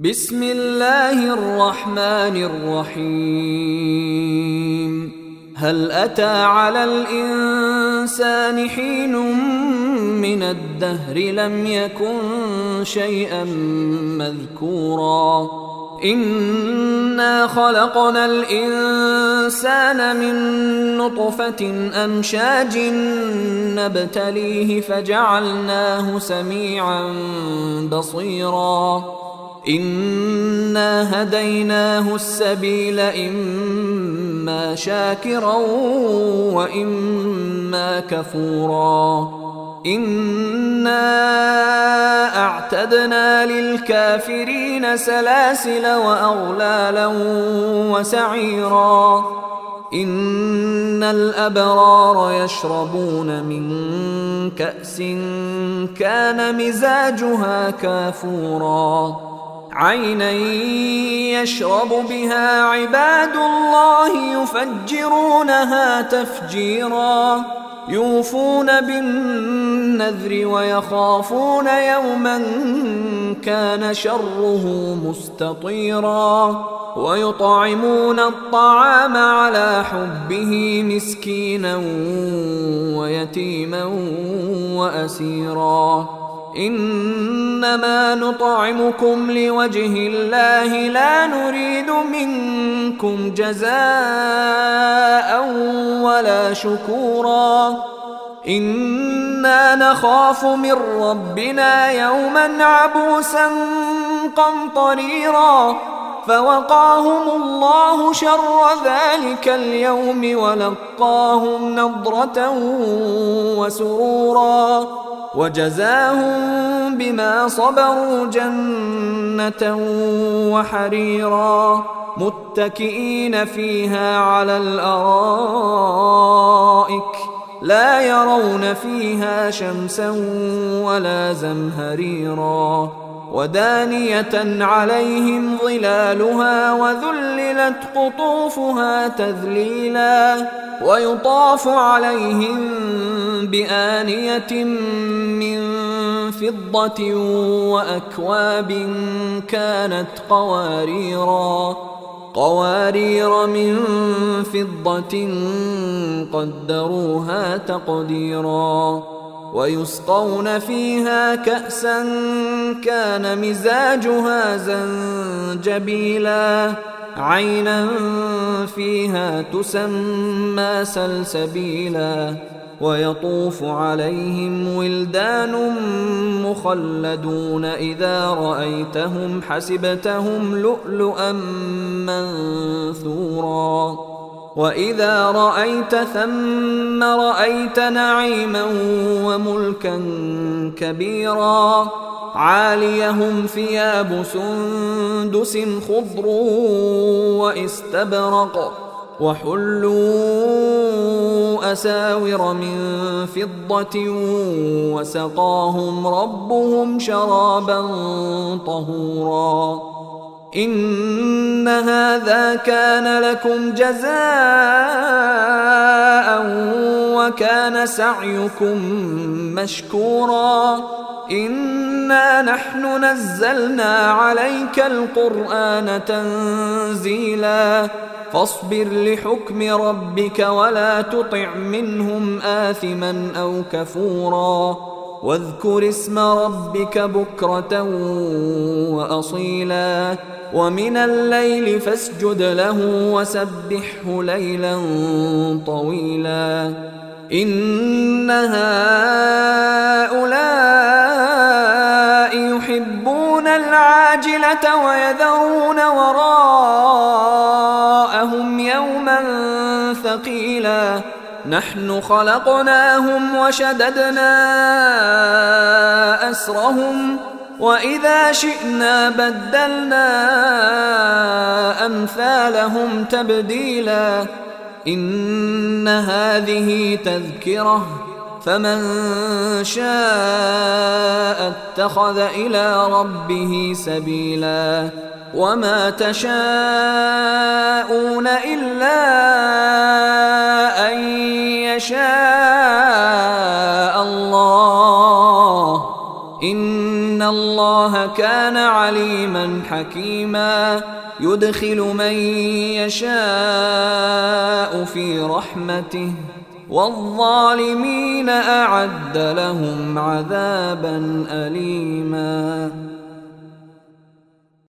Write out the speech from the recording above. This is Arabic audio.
بسم الله الرحمن الرحيم. هل أتى على الإنسان حين من الدهر لم يكن شيئا مذكورا إنا خلقنا الإنسان من نطفة أمشاج نبتليه فجعلناه سميعا بصيرا إنا هديناه السبيل إما شاكرا وإما كفورا إنا أعتدنا للكافرين سلاسل وأغلالا وسعيرا إن الأبرار يشربون من كأس كان مزاجها كافورا عينا يشرب بها عباد الله يفجرونها تفجيرا يوفون بالنذر ويخافون يوما كان شره مستطيرا ويطعمون الطعام على حبه مسكينا ويتيما وأسيرا إنما نطعمكم لوجه الله لا نريد منكم جزاء ولا شكورا إنا نخاف من ربنا يوما عبوسا قمطريرا فوقاهم الله شر ذلك اليوم ولقاهم نضرة وسرورا وجزاهم بما صبروا جنة وحريرا متكئين فيها على الأرائك لا يرون فيها شمسا ولا زمهريرا ودانية عليهم ظلالها وذللت قطوفها تذليلا ويطاف عليهم بآنية من فضة وأكواب كانت قوارير من فضة قدروها تقديرا ويسقون فيها كأسا كان مزاجها زنجبيلا عينا فيها تسمى سلسبيلا ويطوف عليهم ولدان مخلدون إذا رأيتهم حسبتهم لؤلؤا منثورا وإذا رأيت ثم رأيت نعيما وملكا كبيرا عاليهم ثياب سندس خضر واستبرق وحلوا أساور من فضة وسقاهم ربهم شرابا طهورا إن هذا كان لكم جزاء وكان سعيكم مشكورا إنا نحن نزلنا عليك القرآن تنزيلا فاصبر لحكم ربك ولا تطع منهم آثما أو كفورا واذكر اسم ربك بكرة وأصيلا ومن الليل فاسجد له وسبحه ليلا طويلا إن هؤلاء يحبون العاجلة ويذرون وراءهم يوما ثقيلا نحن خلقناهم وشددنا أسرهم وإذا شئنا بدلنا أمثالهم تبديلا إن هذه تذكرة فمن شاء اتخذ إلى ربه سبيلا وما تشاءون إلا أن يشاء الله إن الله كان عليما حكيما يدخل من يشاء في رحمته والظالمين أعد لهم عذابا أليما.